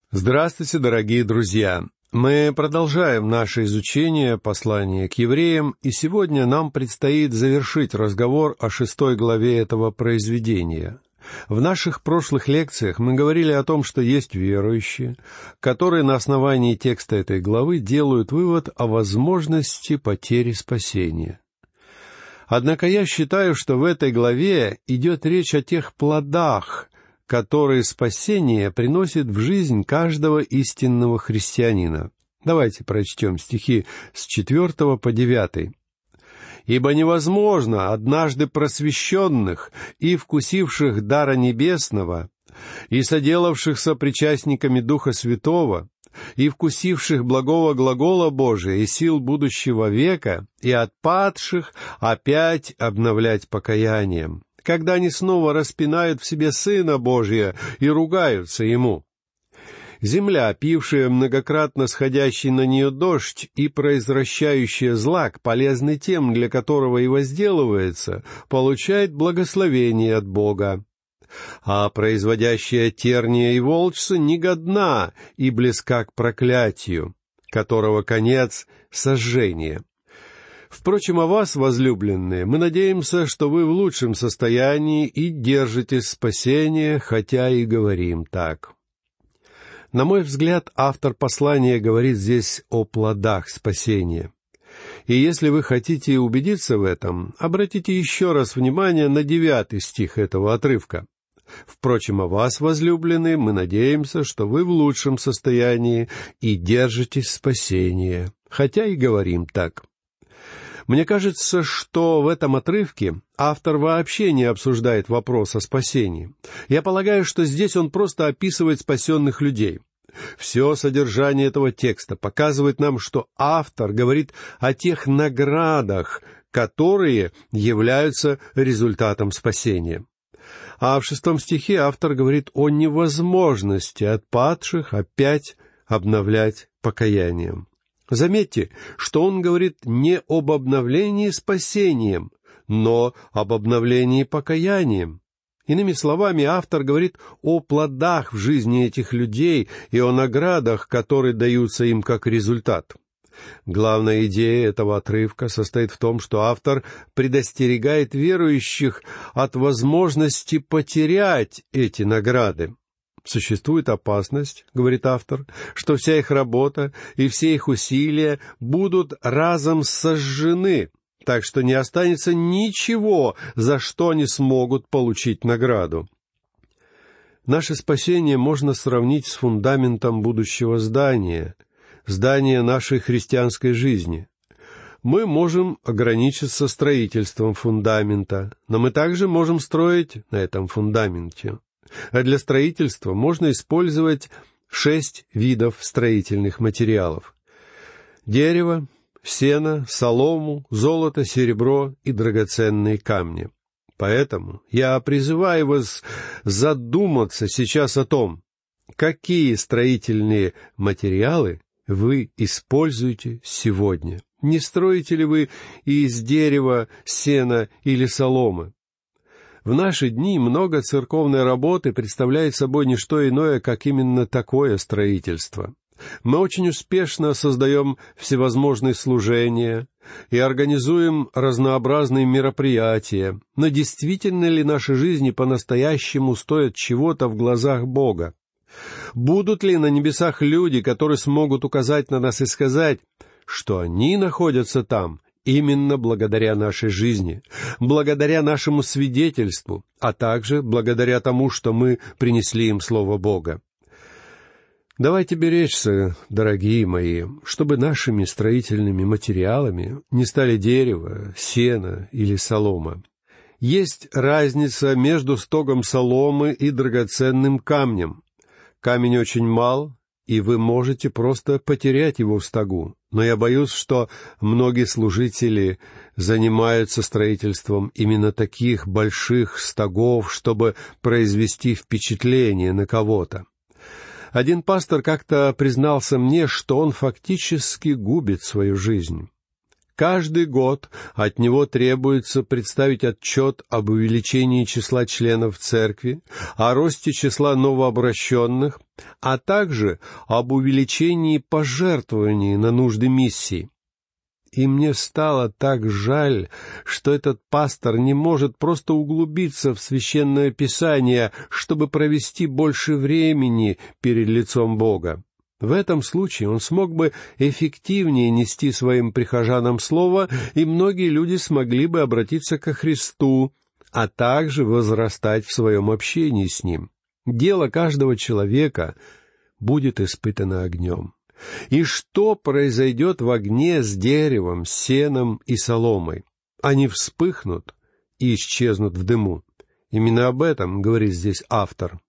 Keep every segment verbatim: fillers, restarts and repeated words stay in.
Здравствуйте, дорогие друзья! Мы продолжаем наше изучение послания к евреям, и сегодня нам предстоит завершить разговор о шестой главе этого произведения. В наших прошлых лекциях мы говорили о том, что есть верующие, которые на основании текста этой главы делают вывод о возможности потери спасения. Однако я считаю, что в этой главе идет речь о тех плодах, которые спасение приносит в жизнь каждого истинного христианина. Давайте прочтем стихи с четвертого по девятый. «Ибо невозможно однажды просвещенных и вкусивших дара небесного, и соделавшихся причастниками Духа Святого, и вкусивших благого глагола Божия и сил будущего века, и отпадших опять обновлять покаянием, когда они снова распинают в себе Сына Божия и ругаются Ему. Земля, пившая многократно сходящий на нее дождь и произвращающая злак, полезный тем, для которого и возделывается, получает благословение от Бога. А производящая терния и волчцы негодна и близка к проклятию, которого конец — сожжение. Впрочем, о вас, возлюбленные, мы надеемся, что вы в лучшем состоянии и держитесь спасения, хотя и говорим так». На мой взгляд, автор послания говорит здесь о плодах спасения. И если вы хотите убедиться в этом, обратите еще раз внимание на девятый стих этого отрывка. «Впрочем, о вас, возлюбленные, мы надеемся, что вы в лучшем состоянии и держитесь спасения, хотя и говорим так». Мне кажется, что в этом отрывке автор вообще не обсуждает вопрос о спасении. Я полагаю, что здесь он просто описывает спасенных людей. Все содержание этого текста показывает нам, что автор говорит о тех наградах, которые являются результатом спасения. А в шестом стихе автор говорит о невозможности отпадших опять обновлять покаянием. Заметьте, что он говорит не об обновлении спасением, но об обновлении покаянием. Иными словами, автор говорит о плодах в жизни этих людей и о наградах, которые даются им как результат. Главная идея этого отрывка состоит в том, что автор предостерегает верующих от возможности потерять эти награды. «Существует опасность, — говорит автор, — что вся их работа и все их усилия будут разом сожжены, так что не останется ничего, за что они смогут получить награду». Наше спасение можно сравнить с фундаментом будущего здания, здания нашей христианской жизни. Мы можем ограничиться строительством фундамента, но мы также можем строить на этом фундаменте. А для строительства можно использовать шесть видов строительных материалов: дерево, сено, солому, золото, серебро и драгоценные камни. Поэтому я призываю вас задуматься сейчас о том, какие строительные материалы вы используете сегодня. Не строите ли вы из дерева, сена или соломы? В наши дни много церковной работы представляет собой не что иное, как именно такое строительство. Мы очень успешно создаем всевозможные служения и организуем разнообразные мероприятия, но действительно ли наши жизни по-настоящему стоят чего-то в глазах Бога? Будут ли на небесах люди, которые смогут указать на нас и сказать, что они находятся там именно благодаря нашей жизни, благодаря нашему свидетельству, а также благодаря тому, что мы принесли им Слово Бога? Давайте беречься, дорогие мои, чтобы нашими строительными материалами не стали дерево, сено или солома. Есть разница между стогом соломы и драгоценным камнем. Камень очень мал, и вы можете просто потерять его в стогу. Но я боюсь, что многие служители занимаются строительством именно таких больших стогов, чтобы произвести впечатление на кого-то. Один пастор как-то признался мне, что он фактически губит свою жизнь. Каждый год от него требуется представить отчет об увеличении числа членов церкви, о росте числа новообращенных, а также об увеличении пожертвований на нужды миссии. И мне стало так жаль, что этот пастор не может просто углубиться в Священное Писание, чтобы провести больше времени перед лицом Бога. В этом случае он смог бы эффективнее нести своим прихожанам Слово, и многие люди смогли бы обратиться ко Христу, а также возрастать в своем общении с Ним. Дело каждого человека будет испытано огнем. И что произойдет в огне с деревом, сеном и соломой? Они вспыхнут и исчезнут в дыму. Именно об этом говорит здесь автор.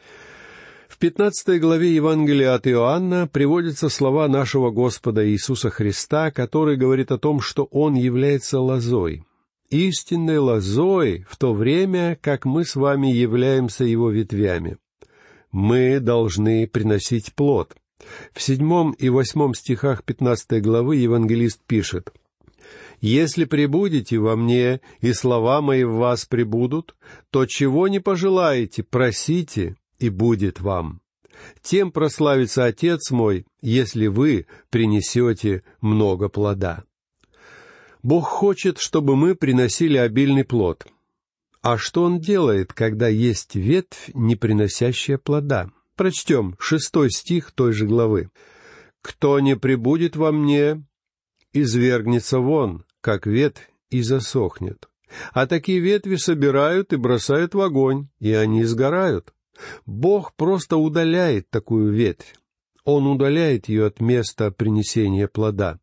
В пятнадцатой главе Евангелия от Иоанна приводятся слова нашего Господа Иисуса Христа, который говорит о том, что Он является лозой. Истинной лозой, в то время, как мы с вами являемся Его ветвями. Мы должны приносить плод. В седьмом и восьмом стихах пятнадцатой главы евангелист пишет: «Если пребудете во мне, и слова мои в вас пребудут, то чего не пожелаете, просите, и будет вам. Тем прославится Отец мой, если вы принесете много плода». Бог хочет, чтобы мы приносили обильный плод. А что Он делает, когда есть ветвь, не приносящая плода? Прочтем шестой стих той же главы. «Кто не пребудет во мне, извергнется вон, как ветвь, и засохнет. А такие ветви собирают и бросают в огонь, и они сгорают». Бог просто удаляет такую ветвь. Он удаляет ее от места принесения плода.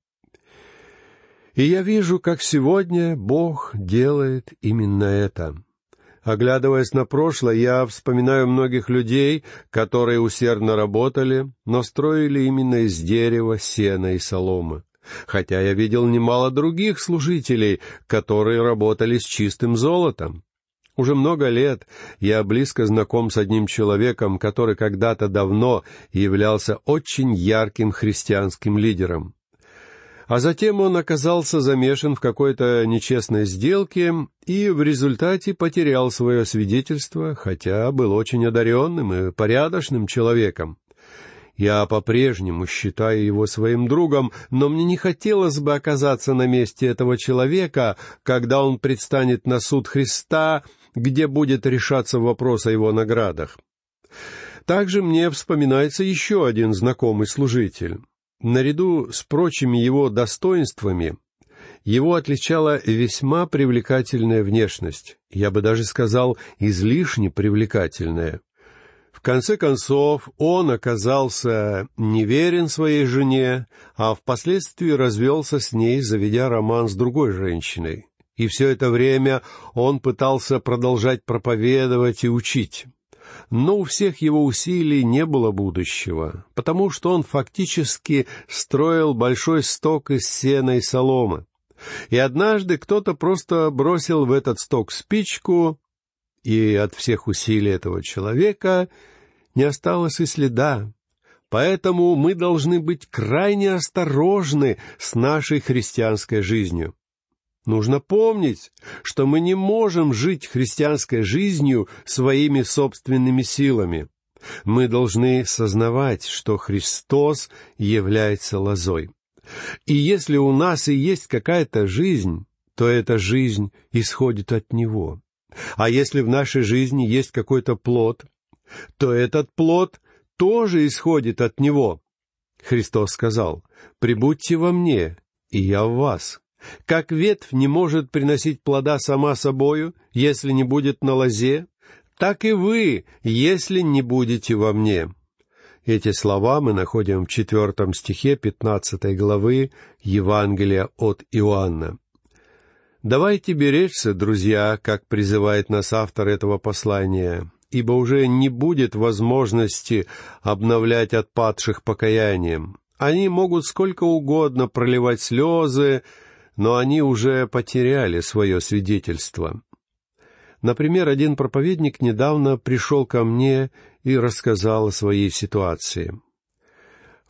И я вижу, как сегодня Бог делает именно это. Оглядываясь на прошлое, я вспоминаю многих людей, которые усердно работали, но строили именно из дерева, сена и соломы. Хотя я видел немало других служителей, которые работали с чистым золотом. Уже много лет я близко знаком с одним человеком, который когда-то давно являлся очень ярким христианским лидером. А затем он оказался замешан в какой-то нечестной сделке и в результате потерял свое свидетельство, хотя был очень одаренным и порядочным человеком. Я по-прежнему считаю его своим другом, но мне не хотелось бы оказаться на месте этого человека, когда он предстанет на суд Христа, где будет решаться вопрос о его наградах. Также мне вспоминается еще один знакомый служитель. Наряду с прочими его достоинствами, его отличала весьма привлекательная внешность, я бы даже сказал, излишне привлекательная. В конце концов, он оказался неверен своей жене, а впоследствии развелся с ней, заведя роман с другой женщиной. И все это время он пытался продолжать проповедовать и учить. Но у всех его усилий не было будущего, потому что он фактически строил большой сток из сена и соломы. И однажды кто-то просто бросил в этот сток спичку, и от всех усилий этого человека не осталось и следа. Поэтому мы должны быть крайне осторожны с нашей христианской жизнью. Нужно помнить, что мы не можем жить христианской жизнью своими собственными силами. Мы должны сознавать, что Христос является лозой. И если у нас и есть какая-то жизнь, то эта жизнь исходит от Него. А если в нашей жизни есть какой-то плод, то этот плод тоже исходит от Него. Христос сказал: «Прибудьте во мне, и я в вас». Как ветвь не может приносить плода сама собою, если не будет на лозе, так и вы, если не будете во мне». Эти слова мы находим в четвертом стихе пятнадцатой главы Евангелия от Иоанна. Давайте беречься, друзья, как призывает нас автор этого послания, ибо уже не будет возможности обновлять отпадших покаянием. Они могут сколько угодно проливать слезы, но они уже потеряли свое свидетельство. Например, один проповедник недавно пришел ко мне и рассказал о своей ситуации.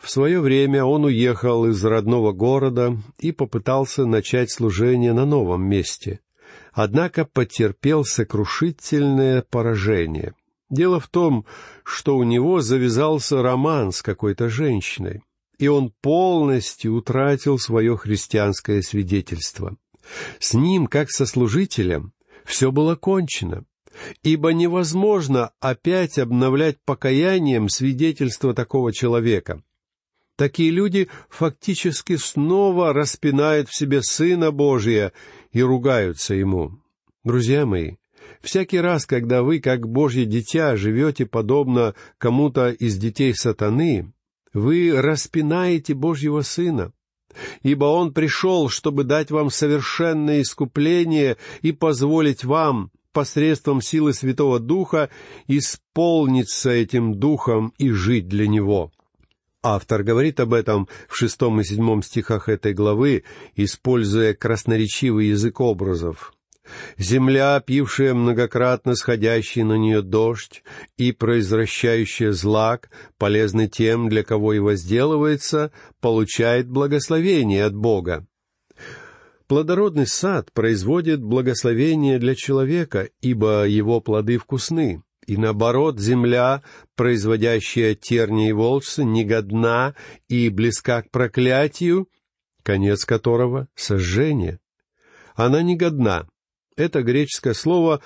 В свое время он уехал из родного города и попытался начать служение на новом месте, однако потерпел сокрушительное поражение. Дело в том, что у него завязался роман с какой-то женщиной, и он полностью утратил свое христианское свидетельство. С ним, как со служителем, все было кончено, ибо невозможно опять обновлять покаянием свидетельство такого человека. Такие люди фактически снова распинают в себе Сына Божия и ругаются Ему. Друзья мои, всякий раз, когда вы, как Божье дитя, живете подобно кому-то из детей сатаны, вы распинаете Божьего Сына, ибо Он пришел, чтобы дать вам совершенное искупление и позволить вам посредством силы Святого Духа исполниться этим Духом и жить для Него. Автор говорит об этом в шестом и седьмом стихах этой главы, используя красноречивый язык образов. «Земля, пившая многократно сходящий на нее дождь и произвращающая злак, полезный тем, для кого и возделывается, получает благословение от Бога». Плодородный сад производит благословение для человека, ибо его плоды вкусны. И наоборот, земля, производящая терни и волчцы, негодна и близка к проклятию, конец которого — сожжение. Она негодна. Это греческое слово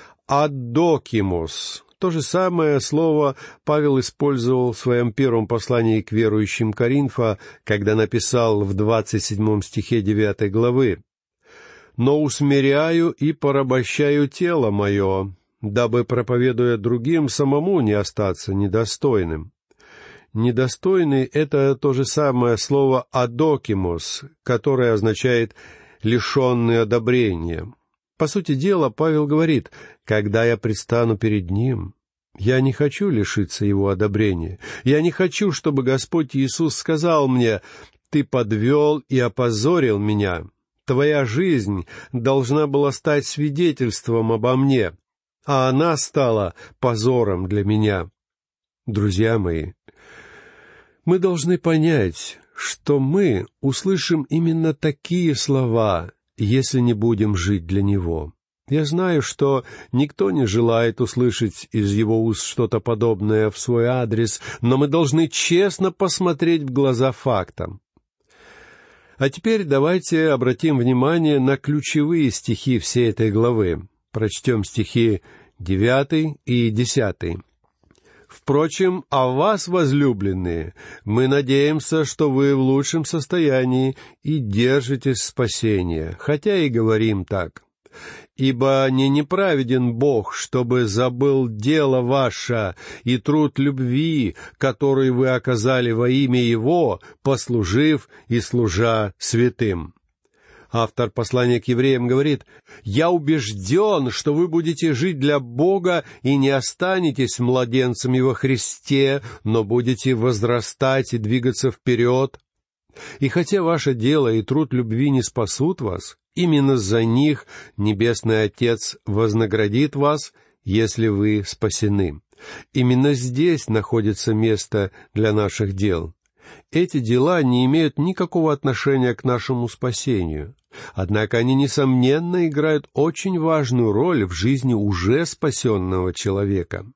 «адокимос». То же самое слово Павел использовал в своем первом послании к верующим Коринфа, когда написал в двадцать седьмом стихе девятой главы: «Но усмиряю и порабощаю тело мое, дабы, проповедуя другим, самому не остаться недостойным». Недостойный — это то же самое слово «адокимос», которое означает «лишенный одобрения». По сути дела, Павел говорит: «Когда я предстану перед Ним, я не хочу лишиться Его одобрения. Я не хочу, чтобы Господь Иисус сказал мне: „Ты подвел и опозорил меня. Твоя жизнь должна была стать свидетельством обо мне, а она стала позором для меня». Друзья мои, мы должны понять, что мы услышим именно такие слова, если не будем жить для Него. Я знаю, что никто не желает услышать из Его уст что-то подобное в свой адрес, но мы должны честно посмотреть в глаза фактам. А теперь давайте обратим внимание на ключевые стихи всей этой главы. Прочтем стихи девятый и десятый. «Впрочем, о вас, возлюбленные, мы надеемся, что вы в лучшем состоянии и держитесь спасения, хотя и говорим так. Ибо не неправеден Бог, чтобы забыл дело ваше и труд любви, который вы оказали во имя Его, послужив и служа святым». Автор послания к евреям говорит: «Я убежден, что вы будете жить для Бога и не останетесь младенцами во Христе, но будете возрастать и двигаться вперед. И хотя ваше дело и труд любви не спасут вас, именно за них Небесный Отец вознаградит вас, если вы спасены». Именно здесь находится место для наших дел. Эти дела не имеют никакого отношения к нашему спасению. Однако они, несомненно, играют очень важную роль в жизни уже спасенного человека.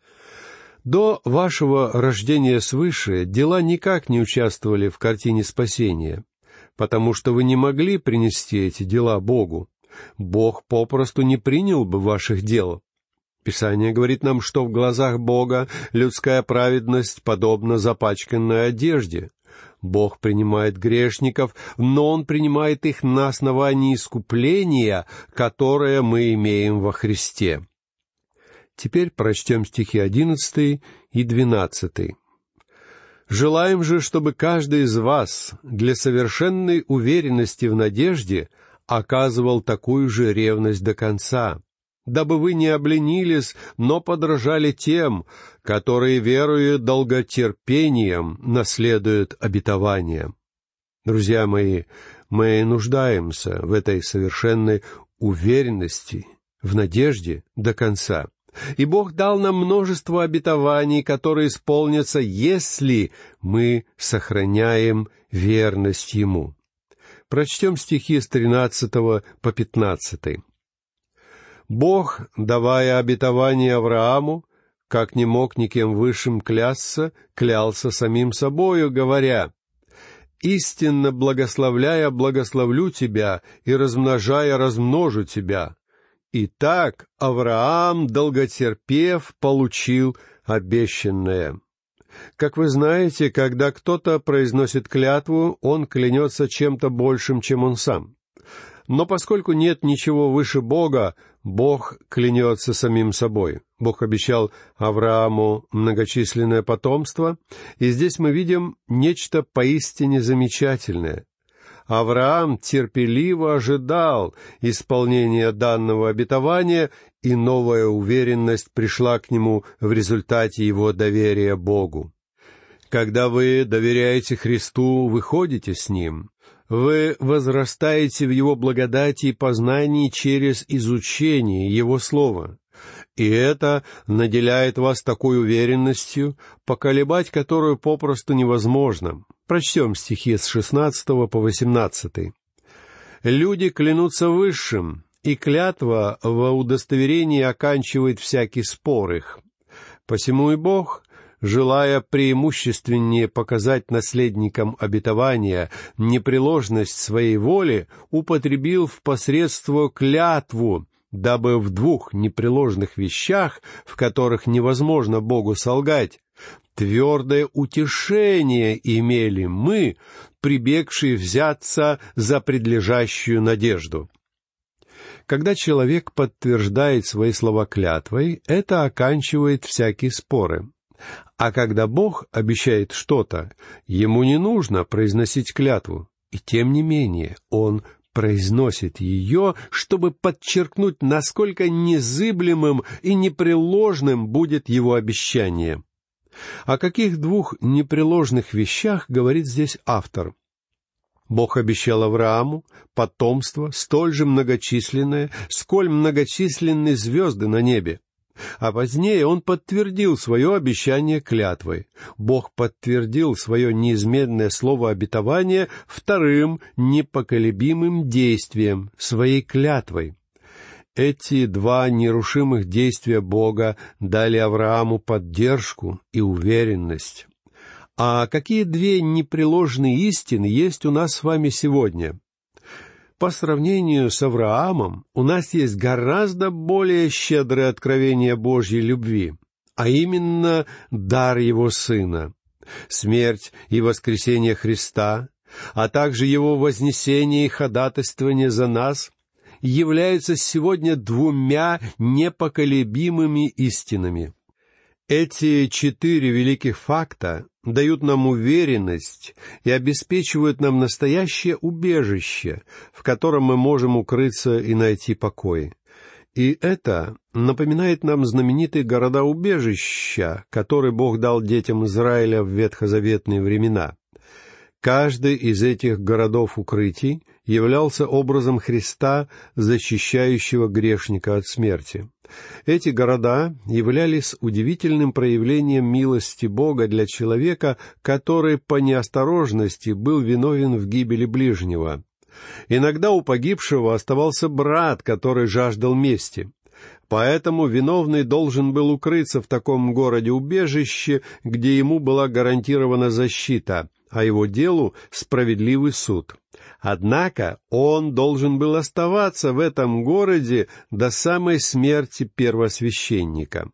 До вашего рождения свыше дела никак не участвовали в картине спасения, потому что вы не могли принести эти дела Богу. Бог попросту не принял бы ваших дел. Писание говорит нам, что в глазах Бога людская праведность подобна запачканной одежде. Бог принимает грешников, но Он принимает их на основании искупления, которое мы имеем во Христе. Теперь прочтем стихи одиннадцатый и двенадцатый. «Желаем же, чтобы каждый из вас для совершенной уверенности в надежде оказывал такую же ревность до конца, дабы вы не обленились, но подражали тем, которые, веруя долготерпением, наследуют обетование». Друзья мои, мы нуждаемся в этой совершенной уверенности, в надежде до конца. И Бог дал нам множество обетований, которые исполнятся, если мы сохраняем верность Ему. Прочтем стихи с тринадцатого по пятнадцатый. «Бог, давая обетование Аврааму, как не мог никем высшим клясться, клялся самим собою, говоря: «Истинно благословляя, благословлю тебя, и размножая, размножу тебя». Итак, Авраам, долготерпев, получил обещанное. Как вы знаете, когда кто-то произносит клятву, он клянется чем-то большим, чем он сам. Но поскольку нет ничего выше Бога, Бог клянется самим собой. Бог обещал Аврааму многочисленное потомство, и здесь мы видим нечто поистине замечательное. Авраам терпеливо ожидал исполнения данного обетования, и новая уверенность пришла к нему в результате его доверия Богу. Когда вы доверяете Христу, вы ходите с Ним. Вы возрастаете в Его благодати и познании через изучение Его Слова. И это наделяет вас такой уверенностью, поколебать которую попросту невозможно. Прочтем стихи с шестнадцатого по восемнадцатый. «Люди клянутся высшим, и клятва во удостоверении оканчивает всякий спор их. Посему и Бог, желая преимущественнее показать наследникам обетования непреложность своей воли, употребил в посредство клятву, дабы в двух непреложных вещах, в которых невозможно Богу солгать, твердое утешение имели мы, прибегшие взяться за предлежащую надежду». Когда человек подтверждает свои слова клятвой, это оканчивает всякие споры. А когда Бог обещает что-то, ему не нужно произносить клятву, и тем не менее Он произносит ее, чтобы подчеркнуть, насколько незыблемым и непреложным будет его обещание. О каких двух непреложных вещах говорит здесь автор? Бог обещал Аврааму потомство, столь же многочисленное, сколь многочисленны звезды на небе. А позднее Он подтвердил свое обещание клятвой. Бог подтвердил свое неизменное слово обетования вторым непоколебимым действием, своей клятвой. Эти два нерушимых действия Бога дали Аврааму поддержку и уверенность. А какие две непреложные истины есть у нас с вами сегодня? По сравнению с Авраамом у нас есть гораздо более щедрое откровение Божьей любви, а именно дар Его Сына. Смерть и воскресение Христа, а также Его вознесение и ходатайствование за нас являются сегодня двумя непоколебимыми истинами. Эти четыре великих факта дают нам уверенность и обеспечивают нам настоящее убежище, в котором мы можем укрыться и найти покой. И это напоминает нам знаменитые города-убежища, которые Бог дал детям Израиля в ветхозаветные времена. Каждый из этих городов-укрытий являлся образом Христа, защищающего грешника от смерти. Эти города являлись удивительным проявлением милости Бога для человека, который по неосторожности был виновен в гибели ближнего. Иногда у погибшего оставался брат, который жаждал мести. Поэтому виновный должен был укрыться в таком городе-убежище, где ему была гарантирована защита, а его делу — справедливый суд. Однако он должен был оставаться в этом городе до самой смерти первосвященника.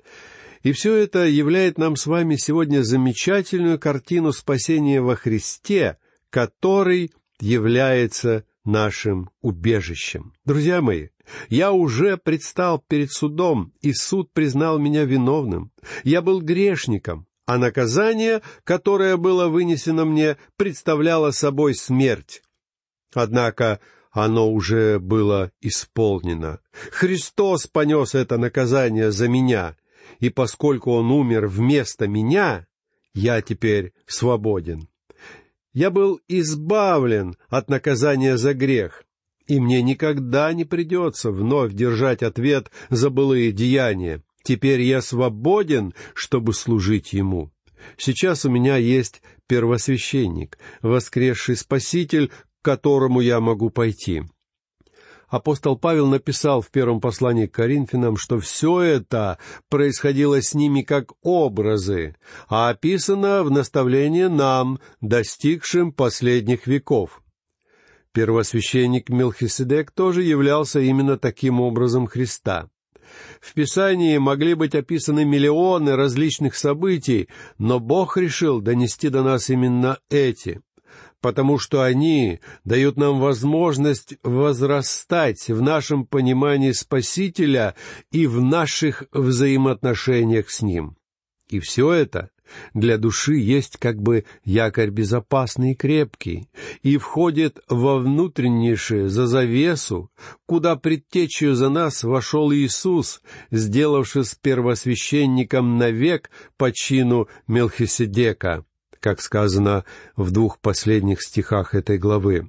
И все это являет нам с вами сегодня замечательную картину спасения во Христе, который является нашим убежищем. Друзья мои, я уже предстал перед судом, и суд признал меня виновным. Я был грешником, а наказание, которое было вынесено мне, представляло собой смерть. Однако оно уже было исполнено. Христос понес это наказание за меня, и поскольку Он умер вместо меня, я теперь свободен. Я был избавлен от наказания за грех, и мне никогда не придется вновь держать ответ за былые деяния. Теперь я свободен, чтобы служить Ему. Сейчас у меня есть первосвященник, воскресший Спаситель, к которому я могу пойти». Апостол Павел написал в первом послании к Коринфянам, что все это происходило с ними как образы, а описано в наставлении нам, достигшим последних веков. Первосвященник Мелхиседек тоже являлся именно таким образом Христа. В Писании могли быть описаны миллионы различных событий, но Бог решил донести до нас именно эти, потому что они дают нам возможность возрастать в нашем понимании Спасителя и в наших взаимоотношениях с Ним. И все это для души есть как бы якорь безопасный и крепкий, и входит во внутреннейшее, за завесу, куда предтечью за нас вошел Иисус, сделавшись первосвященником навек по чину Мелхиседека, как сказано в двух последних стихах этой главы.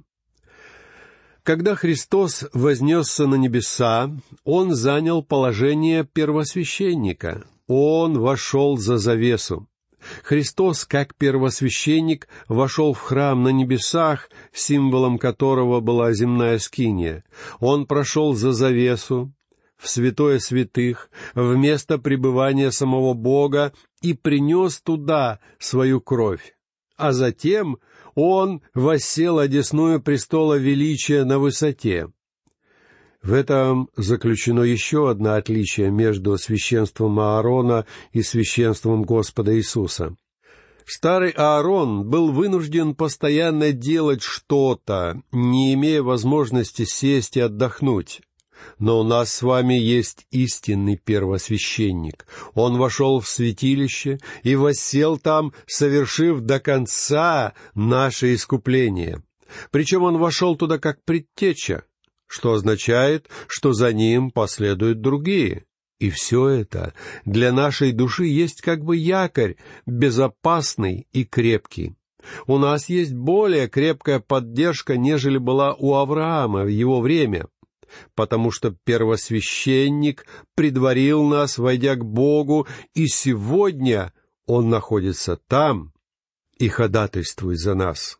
Когда Христос вознесся на небеса, Он занял положение первосвященника. Он вошел за завесу. Христос, как первосвященник, вошел в храм на небесах, символом которого была земная скиния. Он прошел за завесу, в святое святых, в место пребывания самого Бога и принес туда свою кровь. А затем Он воссел одесную престола величия на высоте. В этом заключено еще одно отличие между священством Аарона и священством Господа Иисуса. Старый Аарон был вынужден постоянно делать что-то, не имея возможности сесть и отдохнуть. Но у нас с вами есть истинный первосвященник. Он вошел в святилище и воссел там, совершив до конца наше искупление. Причем он вошел туда как предтеча, что означает, что за ним последуют другие. И все это для нашей души есть как бы якорь, безопасный и крепкий. У нас есть более крепкая поддержка, нежели была у Авраама в его время, потому что первосвященник предварил нас, войдя к Богу, и сегодня Он находится там и ходатайствует за нас.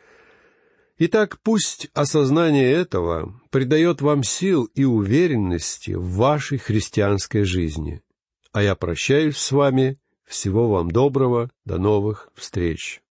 Итак, пусть осознание этого придает вам сил и уверенности в вашей христианской жизни. А я прощаюсь с вами. Всего вам доброго. До новых встреч.